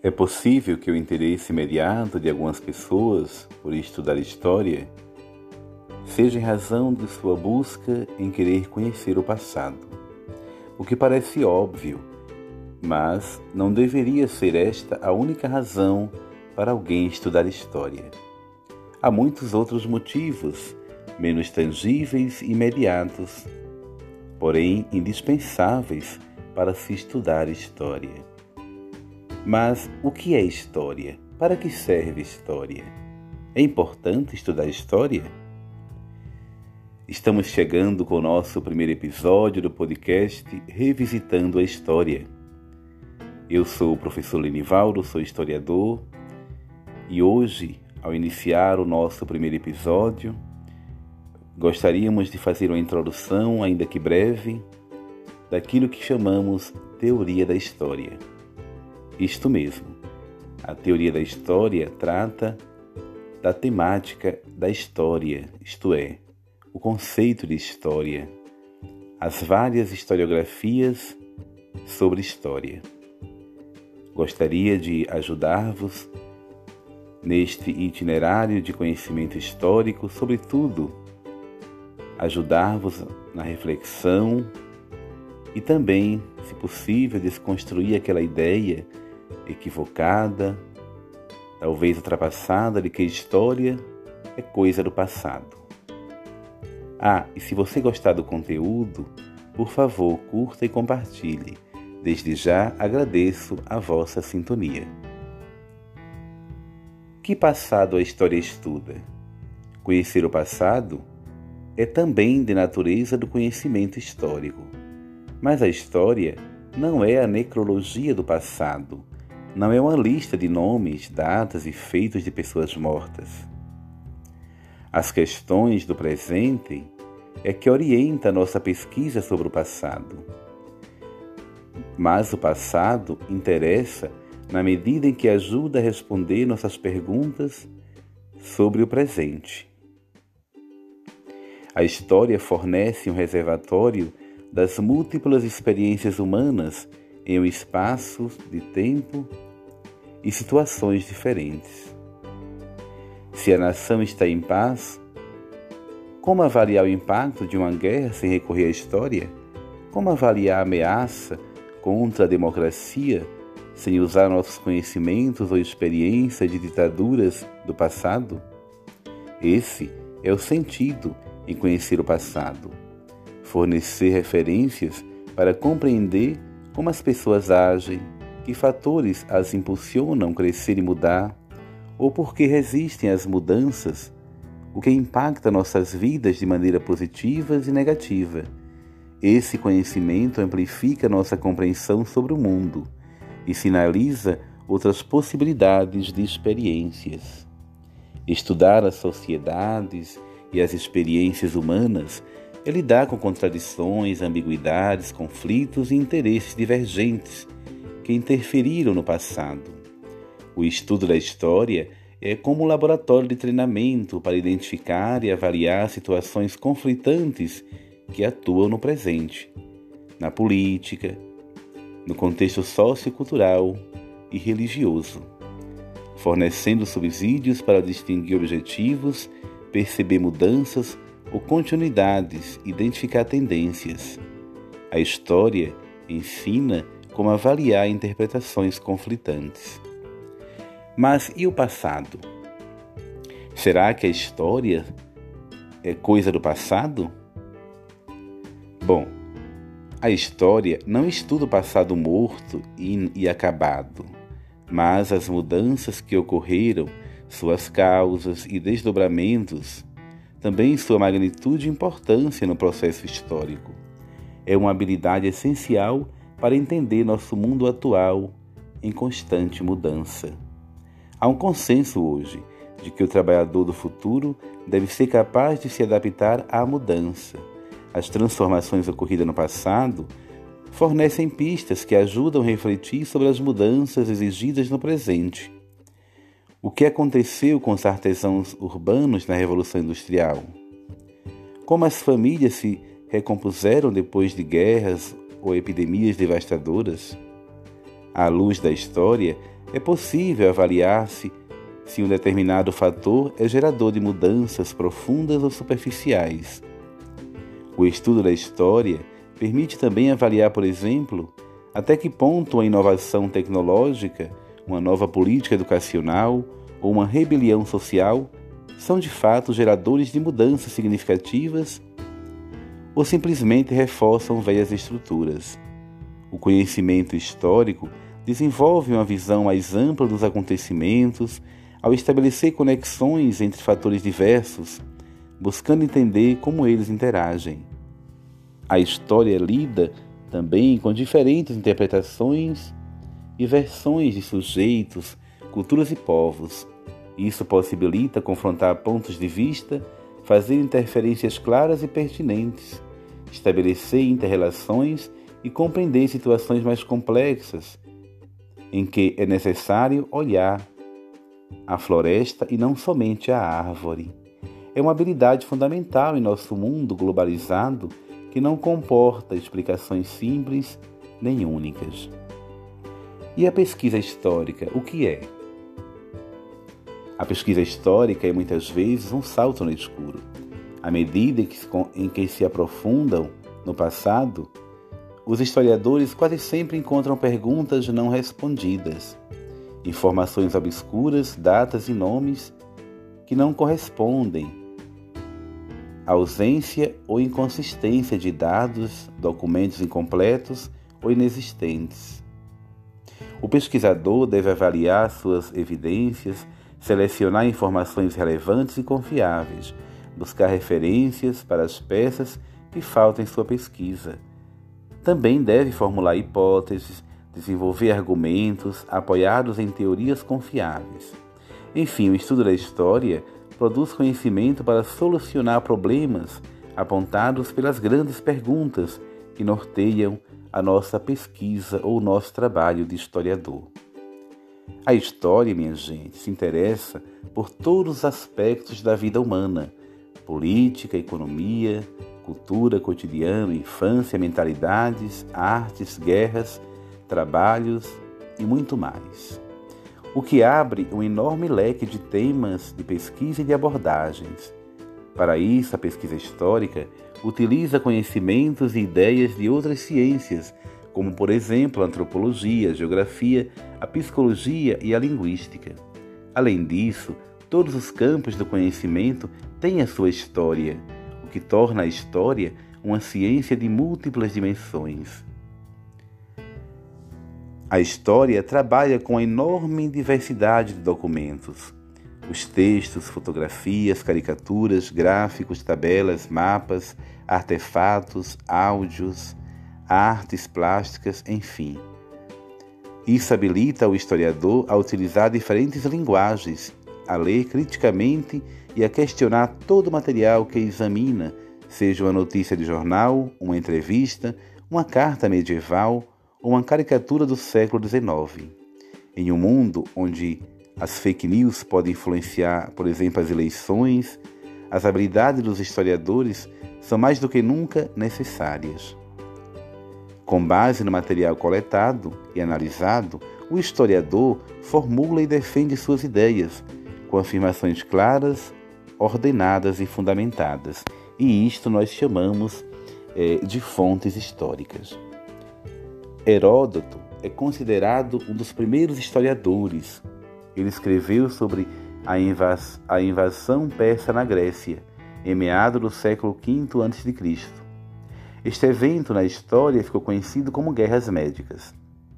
É possível que o interesse imediato de algumas pessoas por estudar história seja em razão de sua busca em querer conhecer o passado, o que parece óbvio, mas não deveria ser esta a única razão para alguém estudar história. Há muitos outros motivos, menos tangíveis e imediatos, porém indispensáveis para se estudar história. Mas o que é história? Para que serve história? É importante estudar história? Estamos chegando com o nosso primeiro episódio do podcast Revisitando a História. Eu sou o professor Lenivaldo, sou historiador, e hoje, ao iniciar o nosso primeiro episódio, gostaríamos de fazer uma introdução, ainda que breve, daquilo que chamamos teoria da história. Isto mesmo, a teoria da história trata da temática da história, isto é, o conceito de história, as várias historiografias sobre história. Gostaria de ajudar-vos neste itinerário de conhecimento histórico, sobretudo ajudar-vos na reflexão e também, se possível, desconstruir aquela ideia equivocada, talvez ultrapassada, de que história é coisa do passado. E se você gostar do conteúdo, por favor, curta e compartilhe. Desde já agradeço a vossa sintonia. Que passado a história estuda? Conhecer o passado é também de natureza do conhecimento histórico. Mas a história não é a necrologia do passado, não é uma lista de nomes, datas e feitos de pessoas mortas. As questões do presente é que orienta a nossa pesquisa sobre o passado. Mas o passado interessa na medida em que ajuda a responder nossas perguntas sobre o presente. A história fornece um reservatório das múltiplas experiências humanas em um espaço de tempo e situações diferentes. Se a nação está em paz, como avaliar o impacto de uma guerra sem recorrer à história? Como avaliar a ameaça contra a democracia sem usar nossos conhecimentos ou experiência de ditaduras do passado? Esse é o sentido em conhecer o passado. Fornecer referências para compreender como as pessoas agem, que fatores as impulsionam a crescer e mudar, ou por que resistem às mudanças, o que impacta nossas vidas de maneira positiva e negativa. Esse conhecimento amplifica nossa compreensão sobre o mundo e sinaliza outras possibilidades de experiências. Estudar as sociedades e as experiências humanas é lidar com contradições, ambiguidades, conflitos e interesses divergentes que interferiram no passado. O estudo da história é como um laboratório de treinamento para identificar e avaliar situações conflitantes que atuam no presente, na política, no contexto sociocultural e religioso, fornecendo subsídios para distinguir objetivos, perceber mudanças ou continuidades, identificar tendências. A história ensina como avaliar interpretações conflitantes. Mas e o passado? Será que a história é coisa do passado? Bom, a história não estuda o passado morto e acabado, mas as mudanças que ocorreram, suas causas e desdobramentos, também sua magnitude e importância no processo histórico. É uma habilidade essencial para entender nosso mundo atual em constante mudança. Há um consenso hoje de que o trabalhador do futuro deve ser capaz de se adaptar à mudança. As transformações ocorridas no passado fornecem pistas que ajudam a refletir sobre as mudanças exigidas no presente. O que aconteceu com os artesãos urbanos na Revolução Industrial? Como as famílias se recompuseram depois de guerras ou epidemias devastadoras? À luz da história, é possível avaliar-se se um determinado fator é gerador de mudanças profundas ou superficiais. O estudo da história permite também avaliar, por exemplo, até que ponto uma inovação tecnológica, uma nova política educacional ou uma rebelião social são de fato geradores de mudanças significativas ou simplesmente reforçam velhas estruturas. O conhecimento histórico desenvolve uma visão mais ampla dos acontecimentos ao estabelecer conexões entre fatores diversos, buscando entender como eles interagem. A história é lida também com diferentes interpretações e versões de sujeitos, culturas e povos. Isso possibilita confrontar pontos de vista, fazer interferências claras e pertinentes, estabelecer inter-relações e compreender situações mais complexas, em que é necessário olhar a floresta e não somente a árvore. É uma habilidade fundamental em nosso mundo globalizado que não comporta explicações simples nem únicas. E a pesquisa histórica, o que é? A pesquisa histórica é muitas vezes um salto no escuro. À medida em que se aprofundam no passado, os historiadores quase sempre encontram perguntas não respondidas, informações obscuras, datas e nomes que não correspondem, ausência ou inconsistência de dados, documentos incompletos ou inexistentes. O pesquisador deve avaliar suas evidências, selecionar informações relevantes e confiáveis, buscar referências para as peças que faltam em sua pesquisa. Também deve formular hipóteses, desenvolver argumentos apoiados em teorias confiáveis. Enfim, o estudo da história produz conhecimento para solucionar problemas apontados pelas grandes perguntas que norteiam a nossa pesquisa ou o nosso trabalho de historiador. A história, minha gente, se interessa por todos os aspectos da vida humana: política, economia, cultura, cotidiano, infância, mentalidades, artes, guerras, trabalhos e muito mais. O que abre um enorme leque de temas de pesquisa e de abordagens. Para isso, a pesquisa histórica utiliza conhecimentos e ideias de outras ciências, como, por exemplo, a antropologia, a geografia, a psicologia e a linguística. Além disso, todos os campos do conhecimento têm a sua história, o que torna a história uma ciência de múltiplas dimensões. A história trabalha com a enorme diversidade de documentos. Os textos, fotografias, caricaturas, gráficos, tabelas, mapas, artefatos, áudios, artes plásticas, enfim. Isso habilita o historiador a utilizar diferentes linguagens, a ler criticamente e a questionar todo o material que examina, seja uma notícia de jornal, uma entrevista, uma carta medieval ou uma caricatura do século XIX. Em um mundo onde as fake news podem influenciar, por exemplo, as eleições, as habilidades dos historiadores são mais do que nunca necessárias. Com base no material coletado e analisado, o historiador formula e defende suas ideias, com afirmações claras, ordenadas e fundamentadas. E isto nós chamamos de fontes históricas. Heródoto é considerado um dos primeiros historiadores. Ele escreveu sobre a invasão persa na Grécia, em meados do século V a.C. Este evento na história ficou conhecido como Guerras Médicas.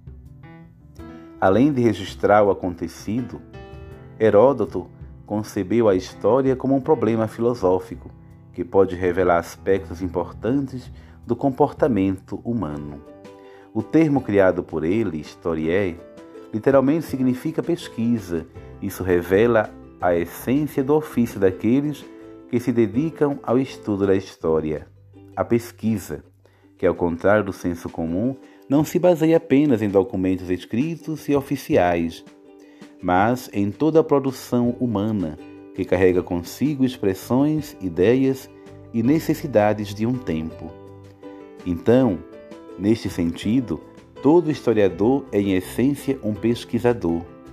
Além de registrar o acontecido, Heródoto concebeu a história como um problema filosófico que pode revelar aspectos importantes do comportamento humano. O termo criado por ele, historié, literalmente significa pesquisa. Isso revela a essência do ofício daqueles que se dedicam ao estudo da história. A pesquisa, que ao contrário do senso comum, não se baseia apenas em documentos escritos e oficiais, mas em toda a produção humana que carrega consigo expressões, ideias e necessidades de um tempo. Então, neste sentido, todo historiador é em essência um pesquisador.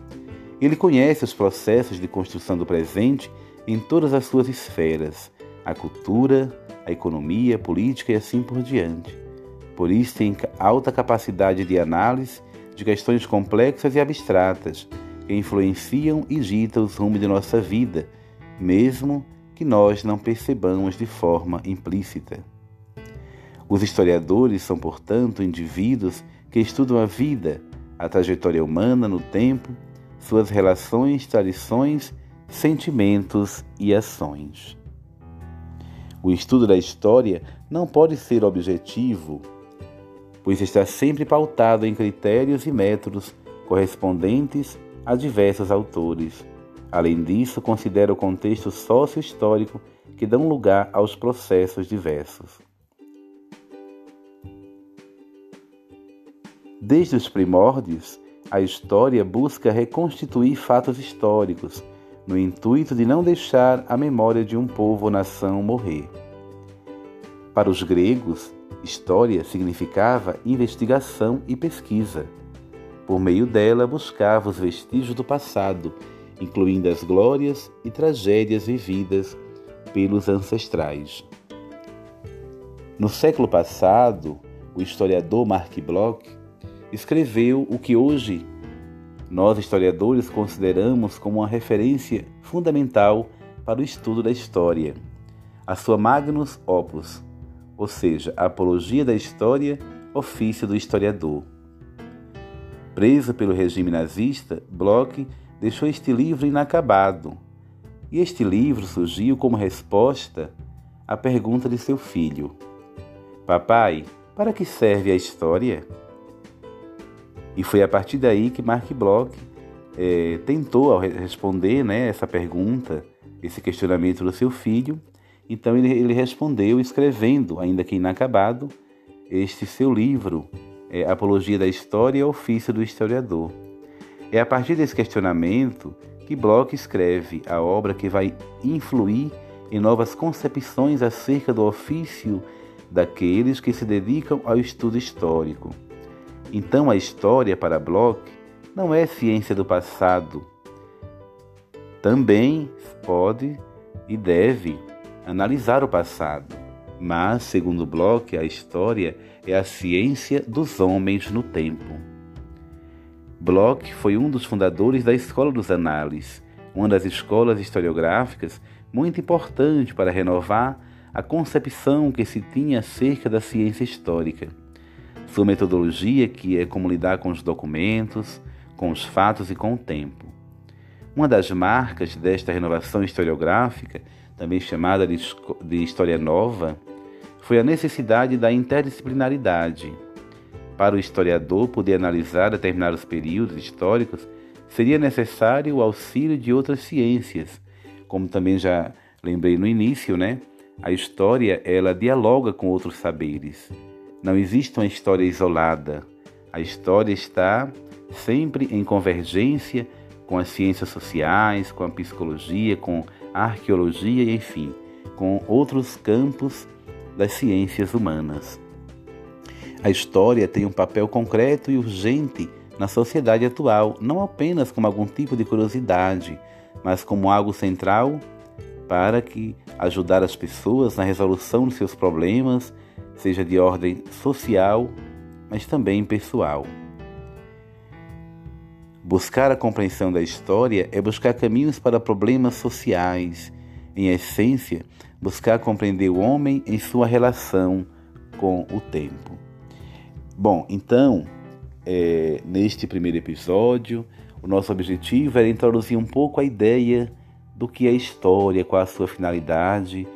Ele conhece os processos de construção do presente em todas as suas esferas, a cultura, a economia, a política e assim por diante. Por isso tem alta capacidade de análise de questões complexas e abstratas que influenciam e ditam os rumos de nossa vida, mesmo que nós não percebamos de forma implícita. Os historiadores são, portanto, indivíduos que estudam a vida, a trajetória humana no tempo, suas relações, tradições, sentimentos e ações. O estudo da história não pode ser objetivo, pois está sempre pautado em critérios e métodos correspondentes a diversos autores. Além disso, considera o contexto sócio-histórico que dão lugar aos processos diversos. Desde os primórdios, a história busca reconstituir fatos históricos, no intuito de não deixar a memória de um povo ou nação morrer. Para os gregos, história significava investigação e pesquisa. Por meio dela, buscava os vestígios do passado, incluindo as glórias e tragédias vividas pelos ancestrais. No século passado, o historiador Marc Bloch escreveu o que hoje nós historiadores consideramos como uma referência fundamental para o estudo da história, a sua Magnus Opus, ou seja, a Apologia da História, ofício do historiador. Preso pelo regime nazista, Bloch deixou este livro inacabado, e este livro surgiu como resposta à pergunta de seu filho: Papai, para que serve a história? E foi a partir daí que Marc Bloch tentou responder, essa pergunta, esse questionamento do seu filho. Então ele respondeu escrevendo, ainda que inacabado, este seu livro, Apologia da História, ofício do historiador. É a partir desse questionamento que Bloch escreve a obra que vai influir em novas concepções acerca do ofício daqueles que se dedicam ao estudo histórico. Então a história, para Bloch, não é ciência do passado. Também pode e deve analisar o passado, mas, segundo Bloch, a história é a ciência dos homens no tempo. Bloch foi um dos fundadores da Escola dos Análises, uma das escolas historiográficas muito importante para renovar a concepção que se tinha acerca da ciência histórica. Sua metodologia, que é como lidar com os documentos, com os fatos e com o tempo. Uma das marcas desta renovação historiográfica, também chamada de História Nova, foi a necessidade da interdisciplinaridade. Para o historiador poder analisar determinados períodos históricos, seria necessário o auxílio de outras ciências. Como também já lembrei no início, a história ela dialoga com outros saberes. Não existe uma história isolada. A história está sempre em convergência com as ciências sociais, com a psicologia, com a arqueologia e, enfim, com outros campos das ciências humanas. A história tem um papel concreto e urgente na sociedade atual, não apenas como algum tipo de curiosidade, mas como algo central para ajudar as pessoas na resolução de seus problemas, seja de ordem social, mas também pessoal. Buscar a compreensão da história é buscar caminhos para problemas sociais. Em essência, buscar compreender o homem em sua relação com o tempo. Bom, então, neste primeiro episódio, o nosso objetivo era introduzir um pouco a ideia do que é história, qual a sua finalidade,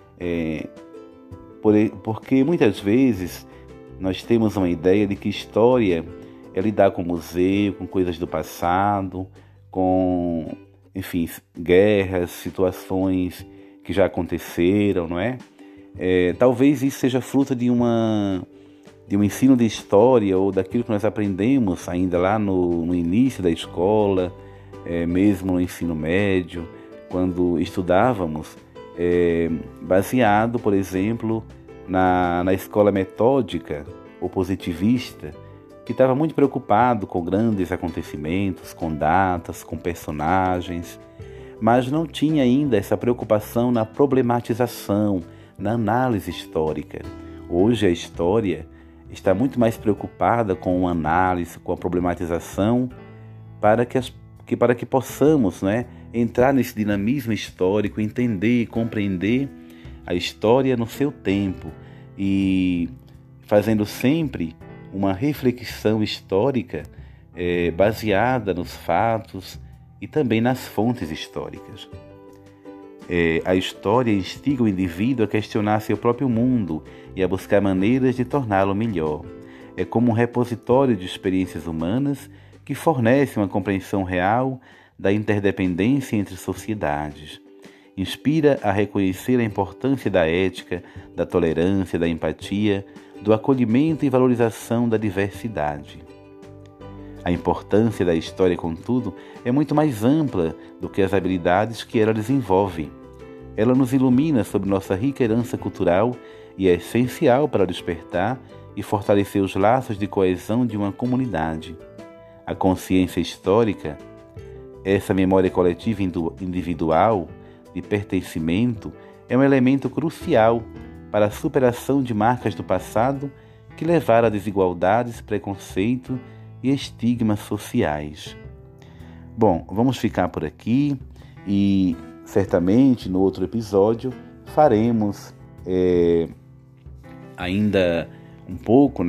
porque muitas vezes nós temos uma ideia de que história é lidar com museu, com coisas do passado, com, enfim, guerras, situações que já aconteceram, não é? Talvez isso seja fruto de um ensino de história ou daquilo que nós aprendemos ainda lá no início da escola, mesmo no ensino médio, quando estudávamos, baseado, por exemplo, na escola metódica ou positivista, que estava muito preocupado com grandes acontecimentos, com datas, com personagens, mas não tinha ainda essa preocupação na problematização, na análise histórica. Hoje a história está muito mais preocupada com a análise, com a problematização, para que possamos, entrar nesse dinamismo histórico, entender e compreender a história no seu tempo e fazendo sempre uma reflexão histórica baseada nos fatos e também nas fontes históricas. A história instiga o indivíduo a questionar seu próprio mundo e a buscar maneiras de torná-lo melhor. É como um repositório de experiências humanas que fornece uma compreensão real da interdependência entre sociedades. Inspira a reconhecer a importância da ética, da tolerância, da empatia, do acolhimento e valorização da diversidade. A importância da história, contudo, é muito mais ampla do que as habilidades que ela desenvolve. Ela nos ilumina sobre nossa rica herança cultural e é essencial para despertar e fortalecer os laços de coesão de uma comunidade. A consciência histórica, essa memória coletiva individual de pertencimento, é um elemento crucial para a superação de marcas do passado que levaram a desigualdades, preconceito e estigmas sociais. Bom, vamos ficar por aqui e certamente no outro episódio faremos ainda um pouco,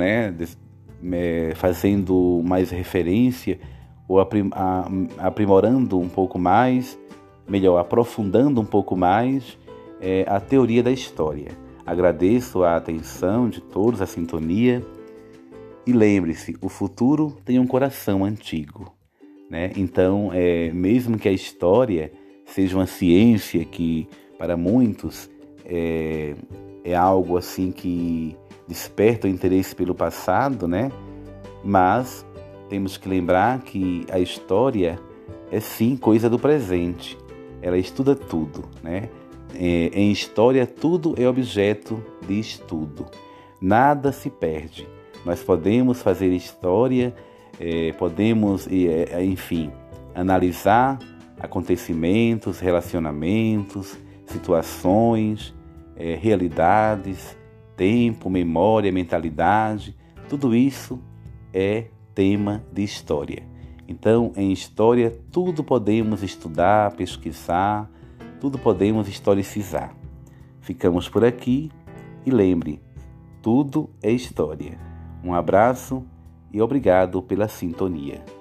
fazendo mais referência ou aprimorando um pouco mais, aprofundando um pouco mais a teoria da história. Agradeço a atenção de todos, a sintonia. E lembre-se, o futuro tem um coração antigo, Então, mesmo que a história seja uma ciência que, para muitos, é algo assim que desperta o interesse pelo passado, Mas temos que lembrar que a história é sim coisa do presente. Ela estuda tudo, Em história, tudo é objeto de estudo. Nada se perde. Nós podemos fazer história, podemos, analisar acontecimentos, relacionamentos, situações, realidades, tempo, memória, mentalidade. Tudo isso é tema de história. Então, em história, tudo podemos estudar, pesquisar, tudo podemos historicizar. Ficamos por aqui e lembre, tudo é história. Um abraço e obrigado pela sintonia.